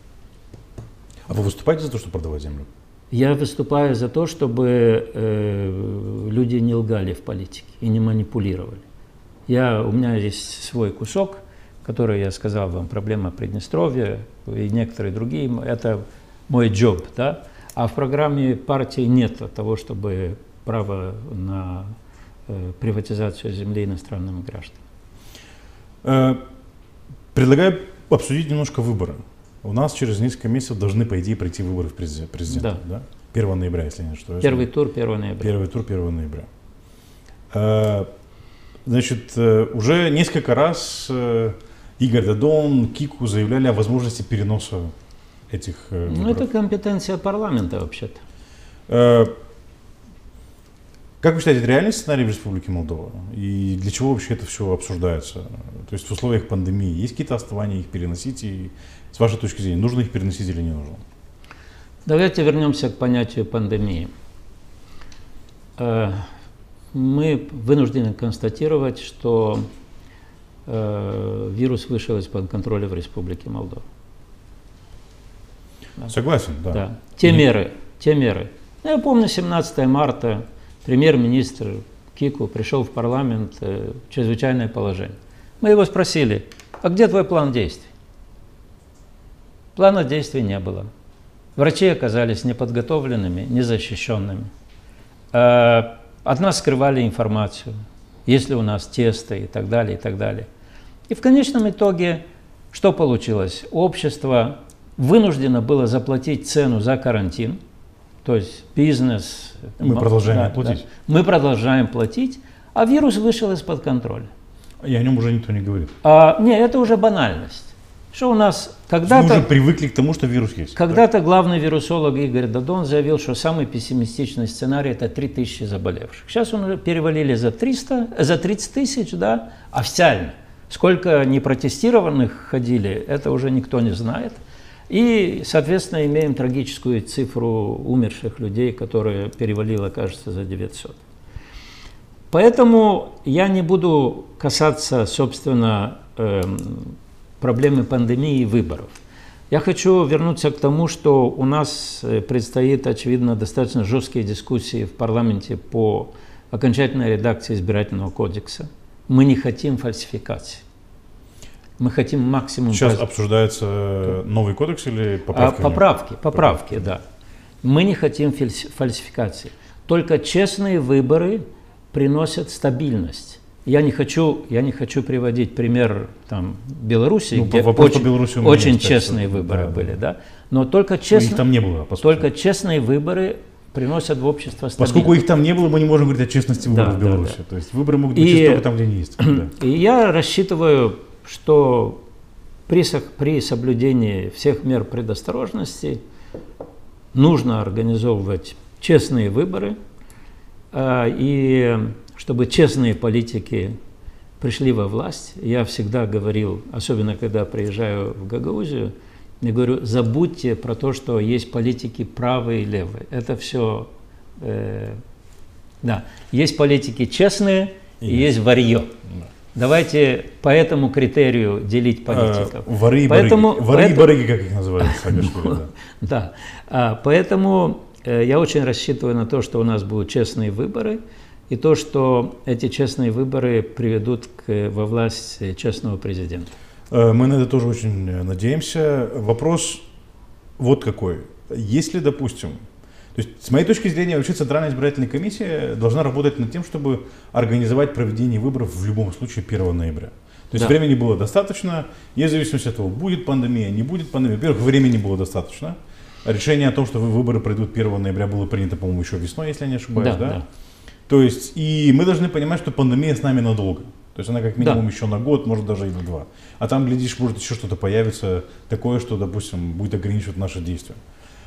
А вы выступаете за то, чтобы продавать землю? Я выступаю за то, чтобы э, люди не лгали в политике и не манипулировали. Я, у меня есть свой кусок, который, я сказал вам, проблема Приднестровья и некоторые другие, это мой джоб, да? А в программе партии нет того, чтобы право на э, приватизацию земли иностранным гражданам. Предлагаю обсудить немножко выборы. У нас через несколько месяцев должны, по идее, пройти выборы в президента. Да. Да? первого ноября, если не что. Первый тур первого ноября. Первый тур первого ноября. Значит, уже несколько раз Игорь Додон, Кику заявляли о возможности переноса этих выборов. Ну, это компетенция парламента, вообще-то. Как вы считаете, это реальный сценарий в Республике Молдова? И для чего вообще это все обсуждается? То есть в условиях пандемии есть какие-то основания их переносить? И с вашей точки зрения, нужно их переносить или не нужно? Давайте вернемся к понятию пандемии. Мы вынуждены констатировать, что вирус вышел из-под контроля в Республике Молдова. Согласен, да. да. Те, И... меры, те меры. Я помню, семнадцатого марта премьер-министр Кику пришел в парламент в чрезвычайное положение. Мы его спросили, а где твой план действий? Плана действий не было. Врачи оказались неподготовленными, незащищенными. От нас скрывали информацию, есть ли у нас тесты и так далее, и так далее. И в конечном итоге что получилось? Общество вынуждено было заплатить цену за карантин, то есть бизнес. Мы продолжаем да, платить. Да, мы продолжаем платить, а вирус вышел из-под контроля. И о нем уже никто не говорит. А, не, это уже банальность. Что у нас когда-то... Мы уже привыкли к тому, что вирус есть. Когда-то главный вирусолог Игорь Додон заявил, что самый пессимистичный сценарий – это три тысячи заболевших. Сейчас он уже перевалили за триста, за тридцать тысяч, да, официально. Сколько непротестированных ходили, это уже никто не знает. И, соответственно, имеем трагическую цифру умерших людей, которая перевалила, кажется, за девятьсот. Поэтому я не буду касаться, собственно, эм, проблемы пандемии и выборов. Я хочу вернуться к тому, что у нас предстоит, очевидно, достаточно жесткие дискуссии в парламенте по окончательной редакции избирательного кодекса. Мы не хотим фальсификации. Мы хотим максимум... Сейчас обсуждается новый кодекс или поправки? А, поправки, поправки, да. Мы не хотим фальсификации. Только честные выборы приносят стабильность. Я не хочу, я не хочу приводить пример там, Беларуси, ну, где очень, очень честные выборы да, были, да. Но только, честно, их там не было, только честные выборы приносят в общество стабильность. Поскольку их там не было, мы не можем говорить о честности выборов да, в Беларуси. Да, да. То есть выборы могут быть и, только там, где они есть. Да. И я рассчитываю, что при, при соблюдении всех мер предосторожности нужно организовывать честные выборы, и чтобы честные политики пришли во власть. Я всегда говорил, особенно когда приезжаю в Гагаузию, я говорю, забудьте про то, что есть политики правые и левые. Это все, э, да, есть политики честные и, и есть варье. Да. Давайте по этому критерию делить политиков. А, воры и барыги, воры и барыги, как их называют. Да, поэтому я очень рассчитываю на то, что у нас будут честные выборы, и то, что эти честные выборы приведут к, во власть честного президента. Мы на это тоже очень надеемся. Вопрос вот какой. Если, допустим, то есть, с моей точки зрения, вообще Центральная избирательная комиссия должна работать над тем, чтобы организовать проведение выборов в любом случае первого ноября. То есть да. Времени было достаточно, и в зависимости от того, будет пандемия, не будет пандемии. Во-первых, времени было достаточно. Решение о том, что выборы пройдут первого ноября, было принято, по-моему, еще весной, если я не ошибаюсь. Да, да? Да. То есть, и мы должны понимать, что пандемия с нами надолго. То есть она как минимум да. еще на год, может даже и на два. А там, глядишь, может еще что-то появится такое, что, допустим, будет ограничивать наши действия.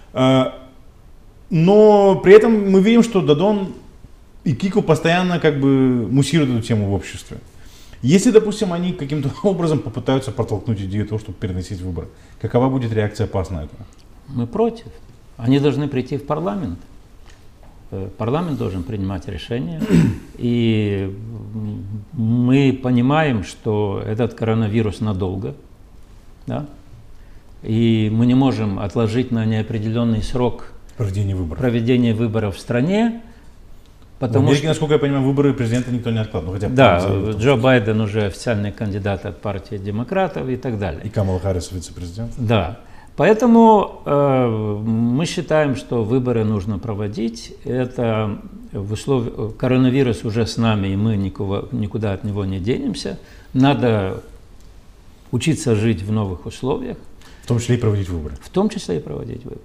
Но при этом мы видим, что Додон и Кику постоянно как бы муссируют эту тему в обществе. Если, допустим, они каким-то образом попытаются протолкнуть идею того, чтобы переносить выборы, какова будет реакция ПАС на это? Мы против. Они должны прийти в парламент. Парламент должен принимать решения. И мы понимаем, что этот коронавирус надолго. Да? И мы не можем отложить на неопределенный срок проведение выборов, проведение выборов в стране. Потому в Америке, что, насколько я понимаю, выборы президента никто не откладывал. Хотя да, Джо Байден уже официальный кандидат от партии демократов и так далее. И Камала Харрис вице-президент. Да. Поэтому э, мы считаем, что выборы нужно проводить. Это в условиях коронавирус уже с нами, и мы никуда, никуда от него не денемся. Надо учиться жить в новых условиях. В том числе и проводить выборы. В том числе и проводить выборы.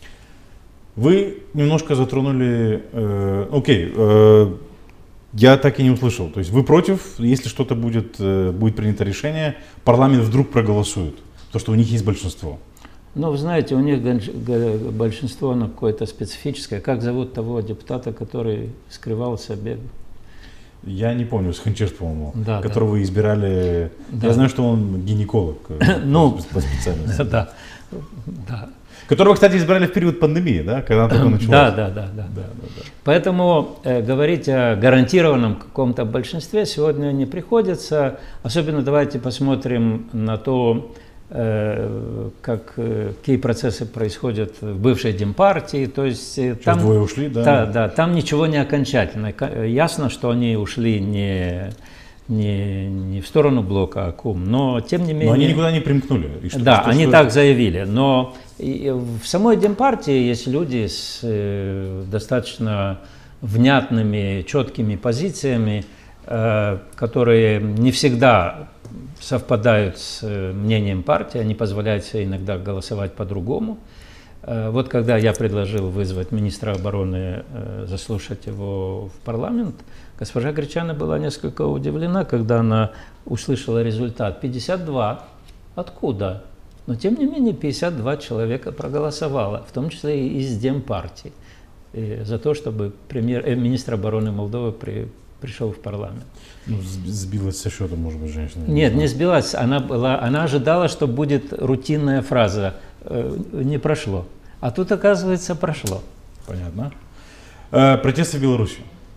Вы немножко затронули, э, окей, э, я так и не услышал. То есть вы против, если что-то будет, э, будет принято решение, парламент вдруг проголосует, то что у них есть большинство. Ну, вы знаете, у них большинство, оно какое-то специфическое. Как зовут того депутата, который скрывался, бегал? Я не помню, Сханчеш, по-моему, да, которого да. избирали. Да. Я знаю, что он гинеколог ну, по специальности. Да, да. Которого, кстати, избрали в период пандемии, да, когда она только началась. Да, да, да, да. да, да, да. Поэтому э, говорить о гарантированном каком-то большинстве сегодня не приходится. Особенно давайте посмотрим на то, э, как, э, какие процессы происходят в бывшей Демпартии. То есть, э, Сейчас там, двое ушли, да? Да, да, там ничего не окончательно. Ясно, что они ушли не... Не, не в сторону блока АКУМ, но тем не менее... Но они никуда не примкнули. И что, да, что, они что так это? заявили, но в самой Демпартии есть люди с э, достаточно внятными, четкими позициями, э, которые не всегда совпадают с мнением партии, они позволяют себе иногда голосовать по-другому. Э, вот когда я предложил вызвать министра обороны, э, заслушать его в парламент, госпожа Гречана была несколько удивлена, когда она услышала результат пятьдесят два. Откуда? Но тем не менее пятьдесят два человека проголосовало, в том числе и из Демпартии, за то, чтобы премьер, э, министр обороны Молдовы при, пришел в парламент. Ну, сбилась со счета, может быть, женщина. Нет, не сбилась. Она, была, она ожидала, что будет рутинная фраза э, «не прошло». А тут, оказывается, прошло. Понятно. Э, протесты в Беларуси.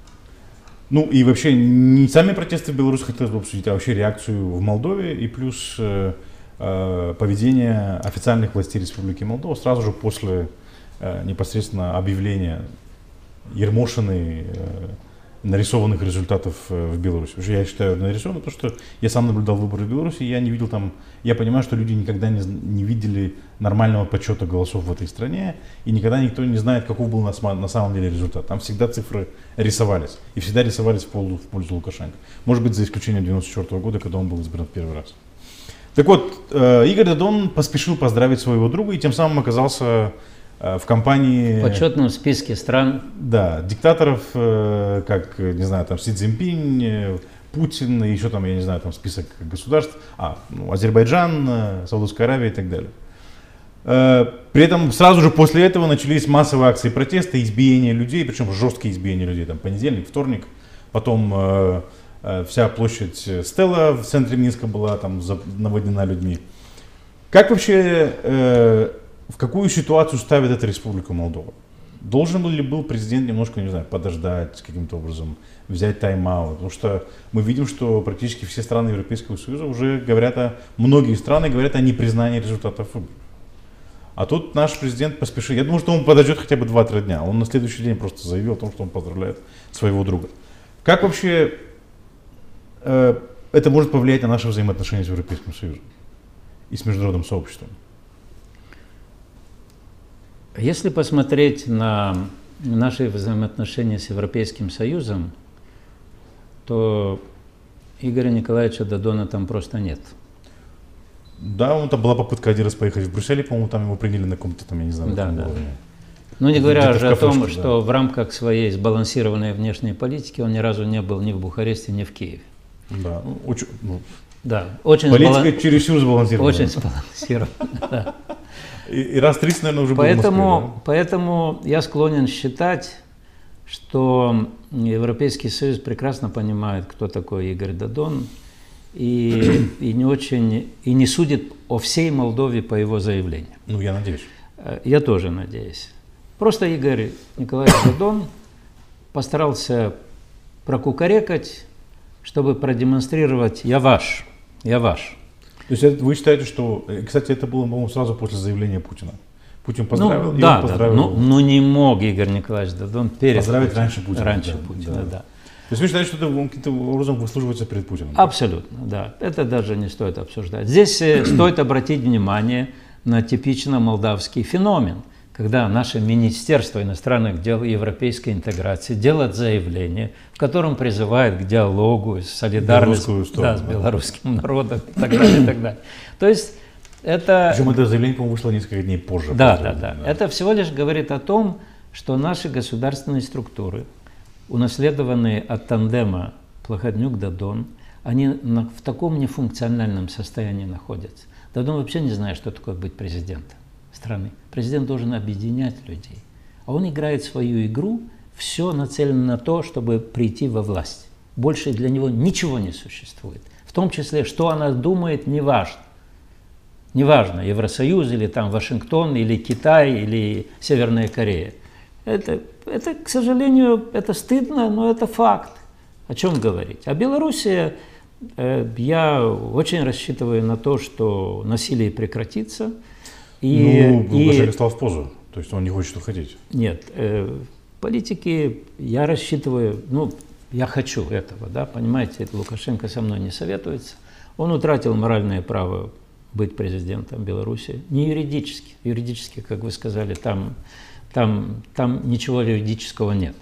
Ну и вообще не сами протесты в Беларуси хотелось бы обсудить, а вообще реакцию в Молдове и плюс э, э, поведение официальных властей Республики Молдова сразу же после э, непосредственно объявления Ермошиной э, нарисованных результатов э, в Беларуси. Я считаю нарисовано, потому что я сам наблюдал выборы в Беларуси, и я не видел там, я понимаю, что люди никогда не, не видели нормального подсчета голосов в этой стране, и никогда никто не знает, каков был на, на самом деле результат. Там всегда цифры рисовались, и всегда рисовались в пользу, в пользу Лукашенко. Может быть, за исключением девяносто четвёртого года, когда он был избран в первый раз. Так вот, э, Игорь Додон поспешил поздравить своего друга, и тем самым оказался э, в компании... В почетном списке стран. Да, диктаторов, э, как, не знаю, там Си Цзиньпинь, э, Путин, и еще там, я не знаю, там список государств, а, ну, Азербайджан, э, Саудовская Аравия и так далее. При этом сразу же после этого начались массовые акции протеста, избиения людей, причем жесткие избиения людей, там понедельник, вторник, потом э, э, вся площадь Стелла в центре Минска была там наводнена людьми. Как вообще, э, в какую ситуацию ставит эта Республика Молдова? Должен ли был президент немножко, не знаю, подождать каким-то образом, взять тайм-аут? Потому что мы видим, что практически все страны Европейского Союза уже говорят о, многие страны говорят о непризнании результатов выборов. А тут наш президент поспешил. Я думаю, что он подождет хотя бы два-три дня. Он на следующий день просто заявил о том, что он поздравляет своего друга. Как вообще э, это может повлиять на наши взаимоотношения с Европейским Союзом и с международным сообществом? Если посмотреть на наши взаимоотношения с Европейским Союзом, то Игоря Николаевича Додона там просто нет. Да, он там была попытка один раз поехать в Брюссель, по-моему, там его приняли на каком-то там, я не знаю, да, на да. уровне. Ну, не говоря уже о том, да. что в рамках своей сбалансированной внешней политики он ни разу не был ни в Бухаресте, ни в Киеве. Да, очень, ну, да, очень политика сбалан... чересчур сбалансирована. Очень сбалансирована, да. И, и раз тридцать, наверное, уже поэтому, был в Москве, да? Поэтому я склонен считать, что Европейский Союз прекрасно понимает, кто такой Игорь Додон, и, и не очень, и не судит о всей Молдове по его заявлению. Ну, я надеюсь. Я тоже надеюсь. Просто Игорь Николаевич Додон постарался прокукарекать, чтобы продемонстрировать «я ваш, я ваш». То есть вы считаете, что... Кстати, это было, по-моему, сразу после заявления Путина. Путин поздравил, ну, и да, он поздравил... Да, ну, ну не мог Игорь Николаевич Додон перед поздравить Путиным. раньше Путина. Раньше да, Путина, да. да. То есть вы считаете, что это каким-то образом выслуживается перед Путиным? Абсолютно, да. Это даже не стоит обсуждать. Здесь стоит обратить внимание на типично молдавский феномен. когда наше Министерство иностранных дел и европейской интеграции делает заявление, в котором призывает к диалогу, солидарности да, с белорусским народом и так далее, и так далее. То есть это... Причем это заявление, по-моему, вышло несколько дней позже. Да, да, да, да. Это всего лишь говорит о том, что наши государственные структуры, унаследованные от тандема Плохотнюк-Дадон, они на, в таком нефункциональном состоянии находятся. Дадон вообще не знает, что такое быть президентом страны. Президент должен объединять людей. А он играет свою игру, все нацелено на то, чтобы прийти во власть. Больше для него ничего не существует. В том числе, что она думает, неважно. Неважно, Евросоюз или там Вашингтон, или Китай, или Северная Корея. Это, это, к сожалению, это стыдно, но это факт. О чем говорить? А Белоруссия, э, я очень рассчитываю на то, что насилие прекратится. И, ну, Лукашенко стал в позу, то есть он не хочет уходить. Нет, э, политики, я рассчитываю, ну, я хочу этого, да, понимаете, Лукашенко со мной не советуется. Он утратил моральное право быть президентом Беларуси, не юридически. Юридически, как вы сказали, там, там, там ничего юридического нет.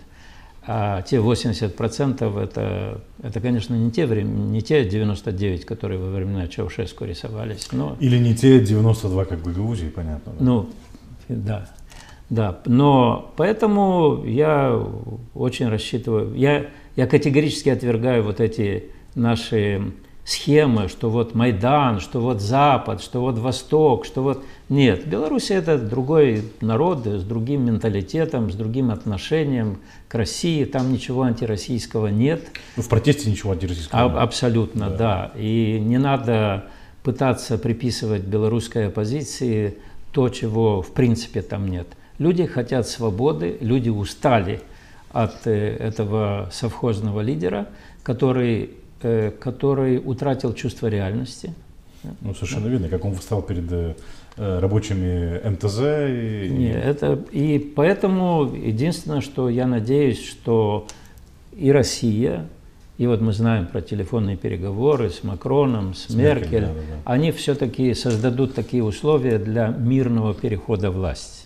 А те восемьдесят процентов это, это, конечно, не те, времена, не те девяносто девять, которые во времена Чаушеску рисовались. Но... Или не те девяносто два, как в Гагаузии, понятно. Да? Ну, да, да. Но поэтому я очень рассчитываю, я, я категорически отвергаю вот эти наши схемы, что вот Майдан, что вот Запад, что вот Восток, что вот... Нет, Беларусь — это другой народ, с другим менталитетом, с другим отношением к России, там ничего антироссийского нет. Ну, в протесте ничего антироссийского а, нет. Абсолютно, да. да. И не надо пытаться приписывать белорусской оппозиции то, чего в принципе там нет. Люди хотят свободы, люди устали от этого совхозного лидера, который... который утратил чувство реальности. Ну, совершенно видно, как он встал перед э, рабочими эм тэ зэ. И... Не, это, и поэтому единственное, что я надеюсь, что и Россия, и вот мы знаем про телефонные переговоры с Макроном, с, с Меркель, Меркель да, да, да. Они все-таки создадут такие условия для мирного перехода власти.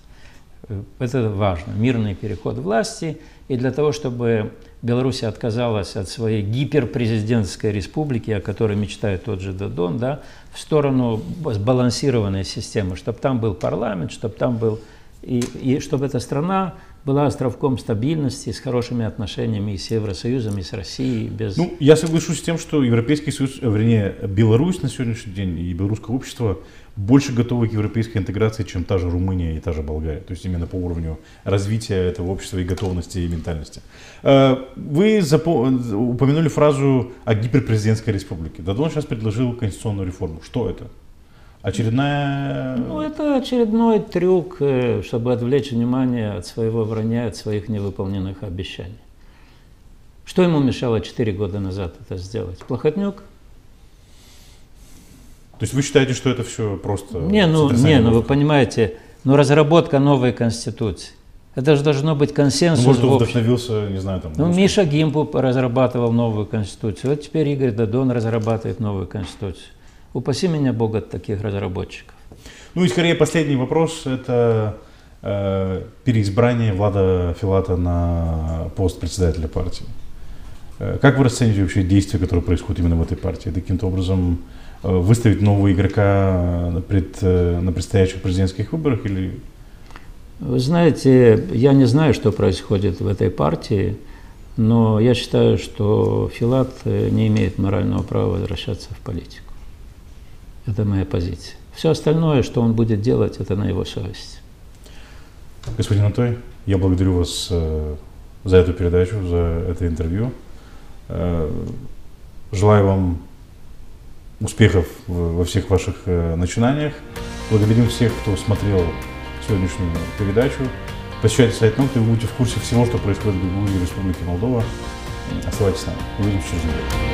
Это важно, мирный переход власти, и для того, чтобы Беларусь отказалась от своей гиперпрезидентской республики, о которой мечтает тот же Дадон, да, в сторону сбалансированной системы, чтобы там был парламент, чтобы там был, и, и чтобы эта страна была островком стабильности, с хорошими отношениями и с Евросоюзом, и с Россией. Без... Ну, я соглашусь с тем, что Европейский Союз, вернее, Беларусь на сегодняшний день и белорусское общество больше готовы к европейской интеграции, чем та же Румыния и та же Болгария. То есть именно по уровню развития этого общества и готовности, и ментальности. Вы упомянули фразу о гиперпрезидентской республике. Дадон сейчас предложил конституционную реформу. Что это? Очередная... Ну, это очередной трюк, чтобы отвлечь внимание от своего вранья, от своих невыполненных обещаний. Что ему мешало четыре года назад это сделать? Плохотнюк? То есть вы считаете, что это все просто... Не, ну, не, ну вы понимаете, ну разработка новой конституции. Это же должно быть консенсус. Ну, может, он вдохновился, не знаю, там... Ну, Миша Гимпу разрабатывал новую конституцию. Вот теперь Игорь Дадон разрабатывает новую конституцию. Упаси меня Бог от таких разработчиков. Ну и скорее последний вопрос – это э, переизбрание Влада Филата на пост председателя партии. Э, как вы расцениваете вообще действия, которые происходят именно в этой партии? Каким-то образом э, выставить нового игрока на, пред, э, на предстоящих президентских выборах? Или... Вы знаете, я не знаю, что происходит в этой партии, но я считаю, что Филат не имеет морального права возвращаться в политику. Это моя позиция. Все остальное, что он будет делать, это на его совести. Господин Антой, я благодарю вас э, за эту передачу, за это интервью. Э, желаю вам успехов в, во всех ваших э, начинаниях. Благодарим всех, кто смотрел сегодняшнюю передачу. Посещайте сайт Нокты, вы будете в курсе всего, что происходит в Гагаузии и Республике Молдова. Оставайтесь с нами. Увидимся через неделю.